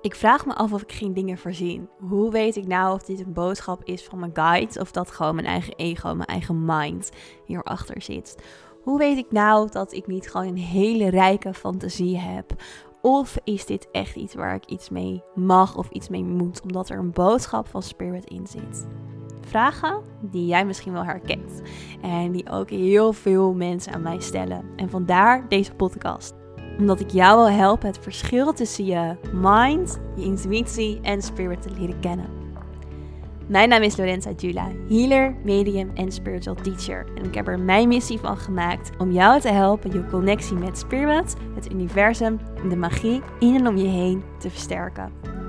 Ik vraag me af of ik geen dingen verzin. Hoe weet ik nou of dit een boodschap is van mijn guides of dat gewoon mijn eigen ego, mijn eigen mind hierachter zit? Hoe weet ik nou dat ik niet gewoon een hele rijke fantasie heb? Of is dit echt iets waar ik iets mee mag of iets mee moet, omdat er een boodschap van Spirit in zit? Vragen die jij misschien wel herkent en die ook heel veel mensen aan mij stellen. En vandaar deze podcast. Omdat ik jou wil helpen het verschil tussen je mind, je intuïtie en spirit te leren kennen. Mijn naam is Lorenza Jula, healer, medium en spiritual teacher. En ik heb er mijn missie van gemaakt om jou te helpen je connectie met spirit, het universum en de magie in en om je heen te versterken.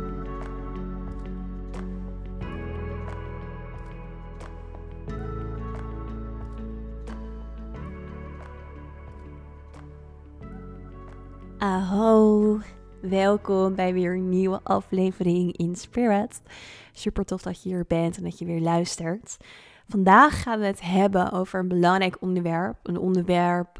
Aho, welkom bij weer een nieuwe aflevering in Spirit. Super tof dat je hier bent en dat je weer luistert. Vandaag gaan we het hebben over een belangrijk onderwerp. Een onderwerp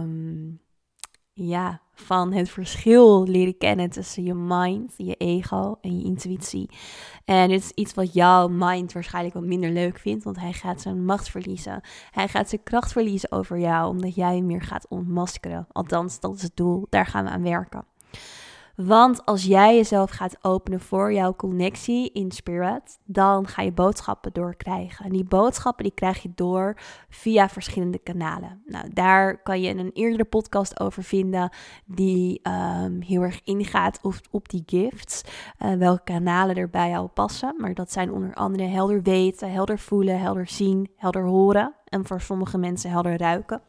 van het verschil leren kennen tussen je mind, je ego en je intuïtie. En dit is iets wat jouw mind waarschijnlijk wat minder leuk vindt, want hij gaat zijn macht verliezen. Hij gaat zijn kracht verliezen over jou, omdat jij hem meer gaat ontmaskeren. Althans, dat is het doel. Daar gaan we aan werken. Want als jij jezelf gaat openen voor jouw connectie in spirit, dan ga je boodschappen doorkrijgen. En die boodschappen die krijg je door via verschillende kanalen. Nou, daar kan je een eerdere podcast over vinden die heel erg ingaat op die gifts. Welke kanalen er bij jou passen. Maar dat zijn onder andere helder weten, helder voelen, helder zien, helder horen. En voor sommige mensen helder ruiken.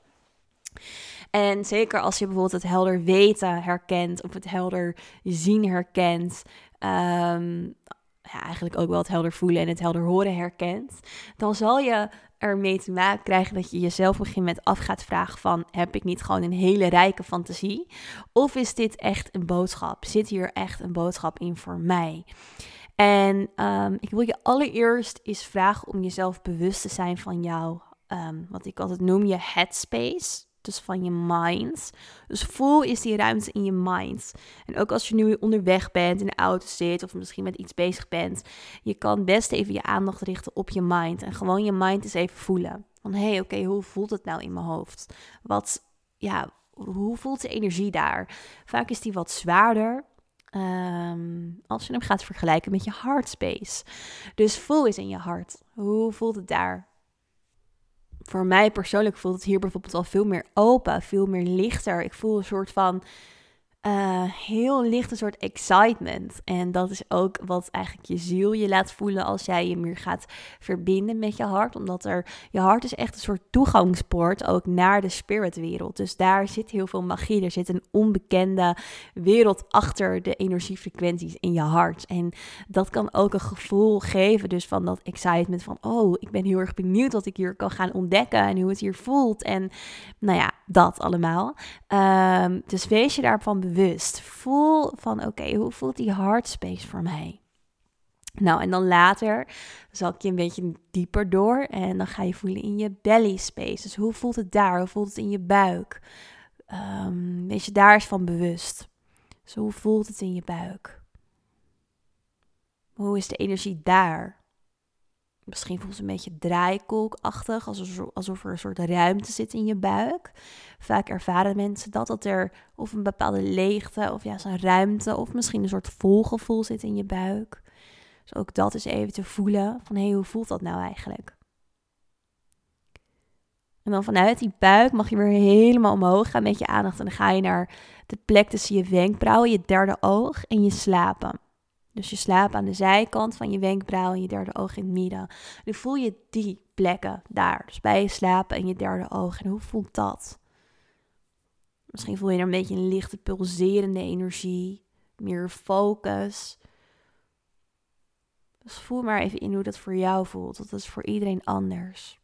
En zeker als je bijvoorbeeld het helder weten herkent of het helder zien herkent, eigenlijk ook wel het helder voelen en het helder horen herkent, dan zal je ermee te maken krijgen dat je jezelf op een gegeven moment af gaat vragen van, heb ik niet gewoon een hele rijke fantasie? Of is dit echt een boodschap? Zit hier echt een boodschap in voor mij? En ik wil je allereerst eens vragen om jezelf bewust te zijn van jouw, wat ik altijd noem je headspace. Dus van je mind. Dus voel is die ruimte in je mind. En ook als je nu onderweg bent, in de auto zit of misschien met iets bezig bent. Je kan best even je aandacht richten op je mind. En gewoon je mind eens even voelen. Van oké, hoe voelt het nou in mijn hoofd? Hoe voelt de energie daar? Vaak is die wat zwaarder. Als je hem gaat vergelijken met je heart space. Dus voel eens in je hart. Hoe voelt het daar? Voor mij persoonlijk voelt het hier bijvoorbeeld al veel meer open, veel meer lichter. Ik voel een soort van heel licht, een soort excitement. En dat is ook wat eigenlijk je ziel je laat voelen als jij je meer gaat verbinden met je hart. Omdat je hart is echt een soort toegangspoort ook naar de spiritwereld. Dus daar zit heel veel magie. Er zit een onbekende wereld achter de energiefrequenties in je hart. En dat kan ook een gevoel geven dus van dat excitement van, ik ben heel erg benieuwd wat ik hier kan gaan ontdekken en hoe het hier voelt. En dat allemaal. Dus wees je daarvan bewust. Voel van hoe voelt die heart space voor mij? Nou, en dan later zal ik je een beetje dieper door en dan ga je voelen in je belly space. Dus hoe voelt het daar? Hoe voelt het in je buik? Wees je daar eens van bewust. Dus hoe voelt het in je buik? Hoe is de energie daar? Misschien voelt het een beetje draaikolkachtig, alsof er een soort ruimte zit in je buik. Vaak ervaren mensen dat er of een bepaalde leegte of juist een ruimte of misschien een soort volgevoel zit in je buik. Dus ook dat is even te voelen van hoe voelt dat nou eigenlijk? En dan vanuit die buik mag je weer helemaal omhoog gaan met je aandacht en dan ga je naar de plek tussen je wenkbrauwen, je derde oog en je slapen. Dus je slaapt aan de zijkant van je wenkbrauw en je derde oog in het midden. Nu voel je die plekken daar. Dus bij je slapen en je derde oog. En hoe voelt dat? Misschien voel je er een beetje een lichte pulserende energie. Meer focus. Dus voel maar even in hoe dat voor jou voelt. Dat is voor iedereen anders.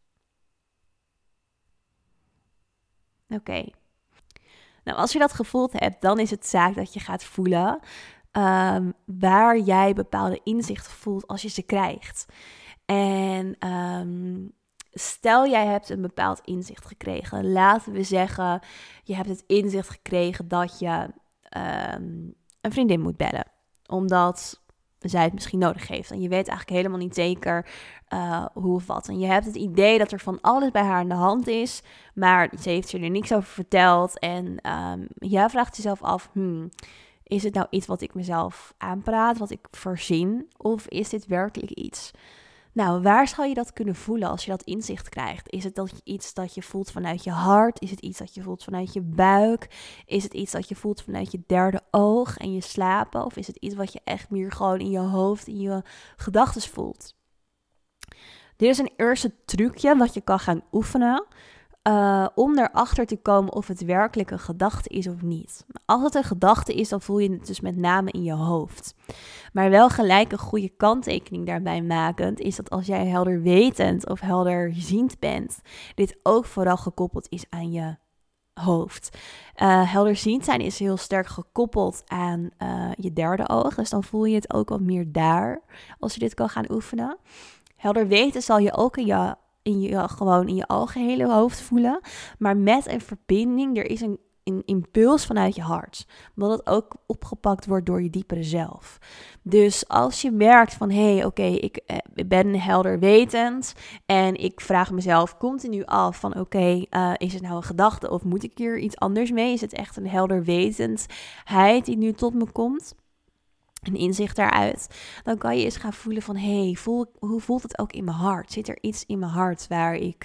Oké. Nou, als je dat gevoeld hebt, dan is het zaak dat je gaat voelen waar jij bepaalde inzichten voelt als je ze krijgt. En stel jij hebt een bepaald inzicht gekregen. Laten we zeggen, je hebt het inzicht gekregen dat je een vriendin moet bellen. Omdat zij het misschien nodig heeft. En je weet eigenlijk helemaal niet zeker hoe of wat. En je hebt het idee dat er van alles bij haar aan de hand is. Maar ze heeft je er niks over verteld. En jij vraagt jezelf af... is het nou iets wat ik mezelf aanpraat, wat ik voorzien? Of is dit werkelijk iets? Nou, waar zou je dat kunnen voelen als je dat inzicht krijgt? Is het iets dat je voelt vanuit je hart? Is het iets dat je voelt vanuit je buik? Is het iets dat je voelt vanuit je derde oog en je slapen? Of is het iets wat je echt meer gewoon in je hoofd, in je gedachten voelt? Dit is een eerste trucje wat je kan gaan oefenen. Om erachter te komen of het werkelijk een gedachte is of niet. Als het een gedachte is, dan voel je het dus met name in je hoofd. Maar wel gelijk een goede kanttekening daarbij makend, is dat als jij helderwetend of helderziend bent, dit ook vooral gekoppeld is aan je hoofd. Helderziend zijn is heel sterk gekoppeld aan je derde oog, dus dan voel je het ook wat meer daar, als je dit kan gaan oefenen. Helder weten zal je ook gewoon in je algehele hoofd voelen. Maar met een verbinding, er is een impuls vanuit je hart. Omdat het ook opgepakt wordt door je diepere zelf. Dus als je merkt van, ik ben helder wetend. En ik vraag mezelf continu af van, is het nou een gedachte? Of moet ik hier iets anders mee? Is het echt een helderwetendheid die nu tot me komt? Een inzicht daaruit, dan kan je eens gaan voelen van, hoe voelt het ook in mijn hart? Zit er iets in mijn hart waar ik,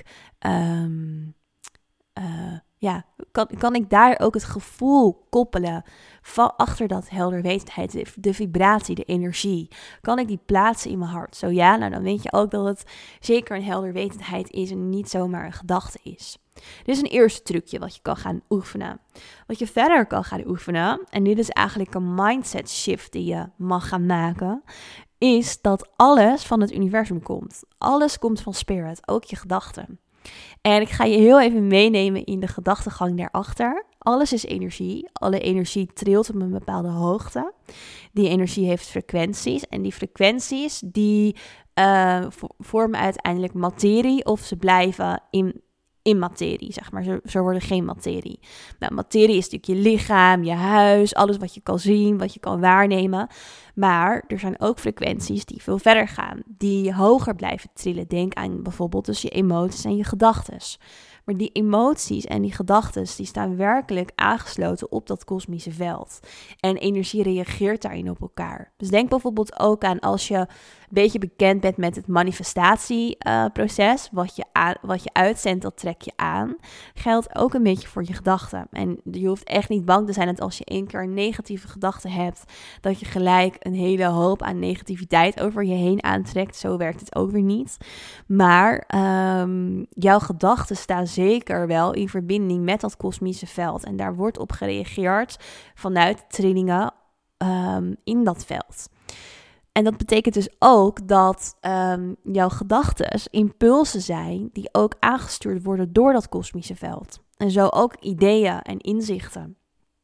kan ik daar ook het gevoel koppelen van achter dat helderwetendheid, de vibratie, de energie? Kan ik die plaatsen in mijn hart? Zo ja, nou dan weet je ook dat het zeker een helderwetendheid is en niet zomaar een gedachte is. Dit is een eerste trucje wat je kan gaan oefenen. Wat je verder kan gaan oefenen, en dit is eigenlijk een mindset shift die je mag gaan maken, is dat alles van het universum komt. Alles komt van spirit, ook je gedachten. En ik ga je heel even meenemen in de gedachtegang daarachter. Alles is energie. Alle energie trilt op een bepaalde hoogte. Die energie heeft frequenties. En die frequenties die vormen uiteindelijk materie of ze blijven in materie, zeg maar. Ze worden geen materie. Nou, materie is natuurlijk je lichaam, je huis, alles wat je kan zien, wat je kan waarnemen. Maar er zijn ook frequenties die veel verder gaan, die hoger blijven trillen. Denk aan bijvoorbeeld dus je emoties en je gedachtes. Maar die emoties en die gedachtes, die staan werkelijk aangesloten op dat kosmische veld. En energie reageert daarin op elkaar. Dus denk bijvoorbeeld ook aan als je een beetje bekend bent met het manifestatieproces. Wat je uitzendt, dat trek je aan. Geldt ook een beetje voor je gedachten. En je hoeft echt niet bang te zijn dat als je 1 keer een negatieve gedachte hebt, dat je gelijk een hele hoop aan negativiteit over je heen aantrekt. Zo werkt het ook weer niet. Maar jouw gedachten staan zeker wel in verbinding met dat kosmische veld. En daar wordt op gereageerd vanuit trillingen in dat veld. En dat betekent dus ook dat jouw gedachten impulsen zijn die ook aangestuurd worden door dat kosmische veld. En zo ook ideeën en inzichten.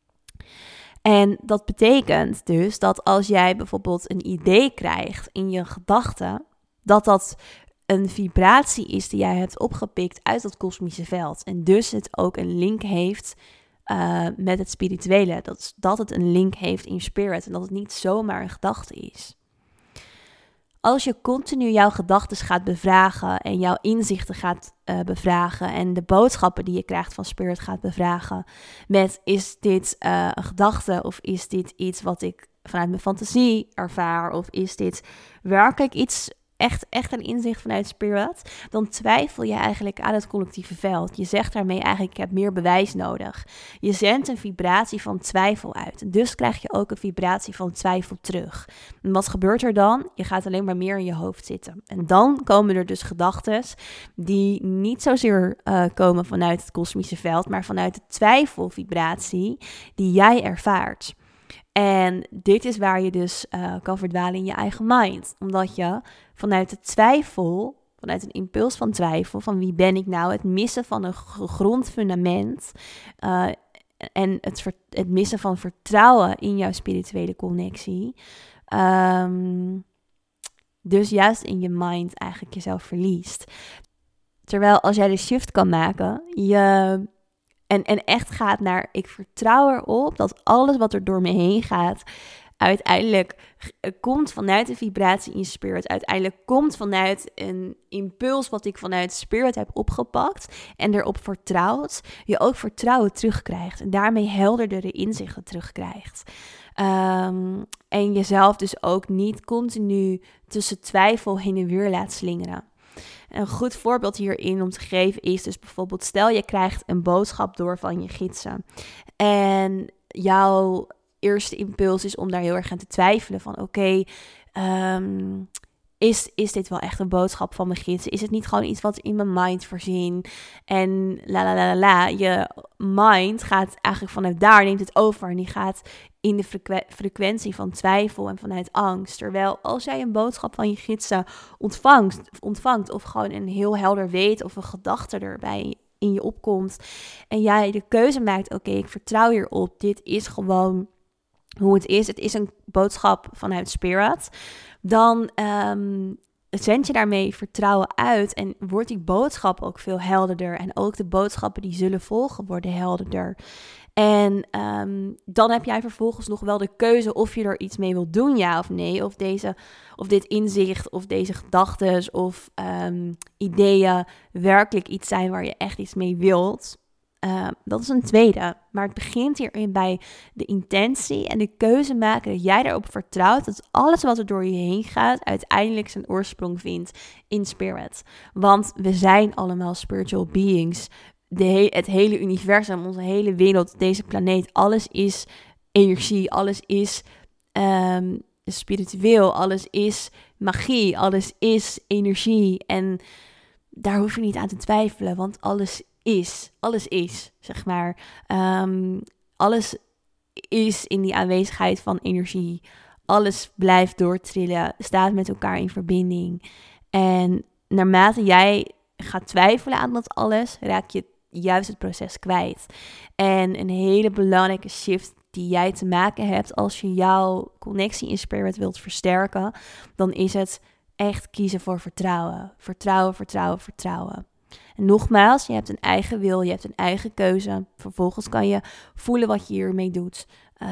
En dat betekent dus dat als jij bijvoorbeeld een idee krijgt in je gedachten, dat een vibratie is die jij hebt opgepikt uit dat kosmische veld. En dus het ook een link heeft met het spirituele. Dat het een link heeft in spirit en dat het niet zomaar een gedachte is. Als je continu jouw gedachten gaat bevragen en jouw inzichten gaat bevragen en de boodschappen die je krijgt van spirit gaat bevragen met, is dit een gedachte of is dit iets wat ik vanuit mijn fantasie ervaar of is dit werkelijk iets, echt een inzicht vanuit spirit, dan twijfel je eigenlijk aan het collectieve veld. Je zegt daarmee eigenlijk, ik heb meer bewijs nodig. Je zendt een vibratie van twijfel uit. Dus krijg je ook een vibratie van twijfel terug. En wat gebeurt er dan? Je gaat alleen maar meer in je hoofd zitten. En dan komen er dus gedachten die niet zozeer komen vanuit het kosmische veld, maar vanuit de twijfelvibratie die jij ervaart. En dit is waar je dus kan verdwalen in je eigen mind. Omdat je vanuit de twijfel, vanuit een impuls van twijfel, van wie ben ik nou, het missen van een grondfundament en het missen van vertrouwen in jouw spirituele connectie, dus juist in je mind eigenlijk jezelf verliest. Terwijl als jij de shift kan maken, en echt gaat naar, ik vertrouw erop dat alles wat er door me heen gaat, uiteindelijk komt vanuit de vibratie in je spirit. Uiteindelijk komt vanuit een impuls wat ik vanuit spirit heb opgepakt en erop vertrouwd, je ook vertrouwen terugkrijgt. En daarmee helderdere inzichten terugkrijgt. En jezelf dus ook niet continu tussen twijfel heen en weer laat slingeren. Een goed voorbeeld hierin om te geven is dus bijvoorbeeld, stel je krijgt een boodschap door van je gidsen. En jouw eerste impuls is om daar heel erg aan te twijfelen van oké, is dit wel echt een boodschap van mijn gidsen? Is het niet gewoon iets wat in mijn mind voorzien? En je mind gaat eigenlijk vanuit daar, neemt het over en die gaat in de frequentie van twijfel en vanuit angst. Terwijl als jij een boodschap van je gidsen ontvangt of gewoon een heel helder weet of een gedachte erbij in je opkomt en jij de keuze maakt, oké, ik vertrouw hierop, dit is gewoon hoe het is een boodschap vanuit spirit, dan zend je daarmee vertrouwen uit en wordt die boodschap ook veel helderder en ook de boodschappen die zullen volgen worden helderder. En dan heb jij vervolgens nog wel de keuze of je er iets mee wilt doen, ja of nee. Of dit inzicht of deze gedachten of ideeën werkelijk iets zijn waar je echt iets mee wilt. Dat is een tweede. Maar het begint hierin bij de intentie en de keuze maken dat jij daarop vertrouwt dat alles wat er door je heen gaat uiteindelijk zijn oorsprong vindt in spirit. Want we zijn allemaal spiritual beings. Het hele universum, onze hele wereld, deze planeet, alles is energie, alles is spiritueel, alles is magie, alles is energie. En daar hoef je niet aan te twijfelen, want alles is, zeg maar. Alles is in die aanwezigheid van energie. Alles blijft doortrillen, staat met elkaar in verbinding. En naarmate jij gaat twijfelen aan dat alles, raak je juist het proces kwijt. En een hele belangrijke shift die jij te maken hebt als je jouw connectie in spirit wilt versterken, dan is het echt kiezen voor vertrouwen. Vertrouwen, vertrouwen, vertrouwen. En nogmaals, je hebt een eigen wil, je hebt een eigen keuze. Vervolgens kan je voelen wat je hiermee doet.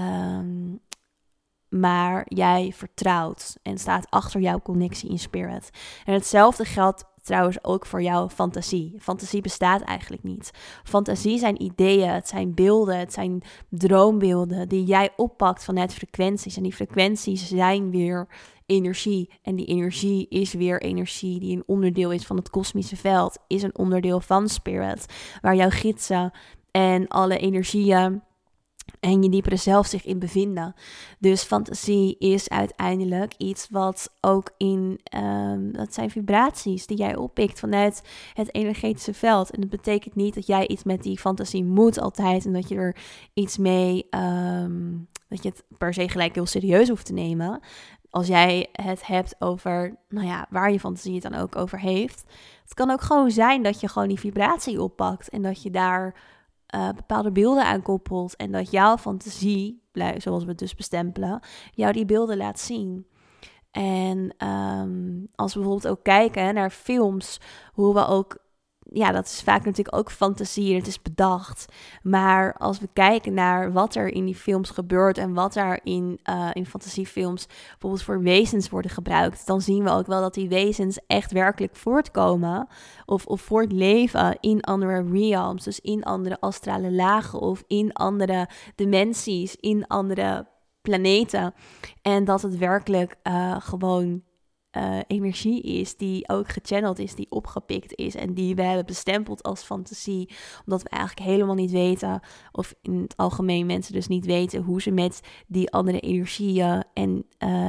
Maar jij vertrouwt en staat achter jouw connectie in spirit. En hetzelfde geldt trouwens ook voor jouw fantasie. Fantasie bestaat eigenlijk niet. Fantasie zijn ideeën, het zijn beelden, het zijn droombeelden die jij oppakt vanuit frequenties. En die frequenties zijn weer energie. En die energie is weer energie die een onderdeel is van het kosmische veld, is een onderdeel van spirit, waar jouw gidsen en alle energieën en je diepere zelf zich in bevinden. Dus fantasie is uiteindelijk iets wat ook dat zijn vibraties die jij oppikt vanuit het energetische veld. En dat betekent niet dat jij iets met die fantasie moet altijd en dat je er iets mee, dat je het per se gelijk heel serieus hoeft te nemen. Als jij het hebt over, waar je fantasie het dan ook over heeft. Het kan ook gewoon zijn dat je gewoon die vibratie oppakt en dat je daar bepaalde beelden aan koppelt en dat jouw fantasie, zoals we het dus bestempelen, jou die beelden laat zien. En als we bijvoorbeeld ook kijken naar films, hoe we ook, dat is vaak natuurlijk ook fantasie en het is bedacht. Maar als we kijken naar wat er in die films gebeurt en wat er in fantasiefilms bijvoorbeeld voor wezens worden gebruikt, dan zien we ook wel dat die wezens echt werkelijk voortkomen of voortleven in andere realms, dus in andere astrale lagen of in andere dimensies, in andere planeten. En dat het werkelijk gewoon energie is die ook gechanneld is, die opgepikt is en die we hebben bestempeld als fantasie, omdat we eigenlijk helemaal niet weten, of in het algemeen mensen dus niet weten hoe ze met die andere energieën en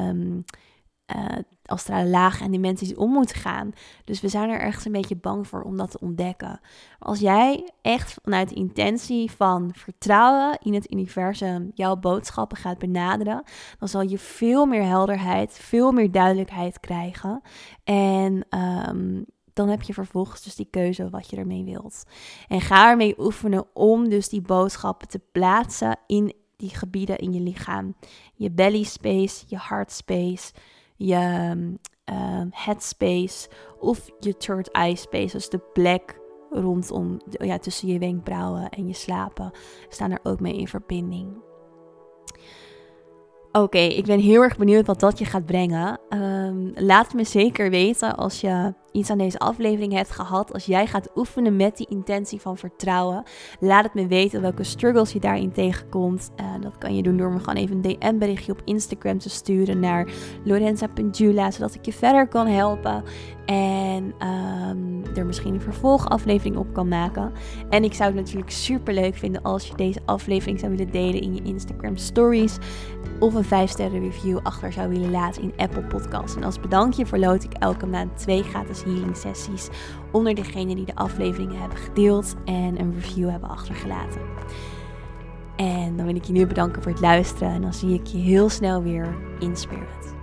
astrale lagen en dimensies om moeten gaan. Dus we zijn er echt een beetje bang voor om dat te ontdekken. Als jij echt vanuit de intentie van vertrouwen in het universum jouw boodschappen gaat benaderen, dan zal je veel meer helderheid, veel meer duidelijkheid krijgen. En dan heb je vervolgens dus die keuze wat je ermee wilt. En ga ermee oefenen om dus die boodschappen te plaatsen in die gebieden in je lichaam. Je belly space, je heart space, je headspace of je third eye space, dus de plek rondom, tussen je wenkbrauwen en je slapen, staan er ook mee in verbinding. Oké, ik ben heel erg benieuwd wat dat je gaat brengen. Laat het me zeker weten als je iets aan deze aflevering hebt gehad. Als jij gaat oefenen met die intentie van vertrouwen. Laat het me weten welke struggles je daarin tegenkomt. Dat kan je doen door me gewoon even een DM-berichtje op Instagram te sturen naar Lorenza.Jula, zodat ik je verder kan helpen. En er misschien een vervolgaflevering op kan maken. En ik zou het natuurlijk super leuk vinden als je deze aflevering zou willen delen in je Instagram stories. Of een 5-sterren review achter zou willen laten in Apple Podcasts. En als bedankje verloot ik elke maand 2 gratis healing sessies onder degenen die de afleveringen hebben gedeeld en een review hebben achtergelaten. En dan wil ik je nu bedanken voor het luisteren en dan zie ik je heel snel weer in Spirit.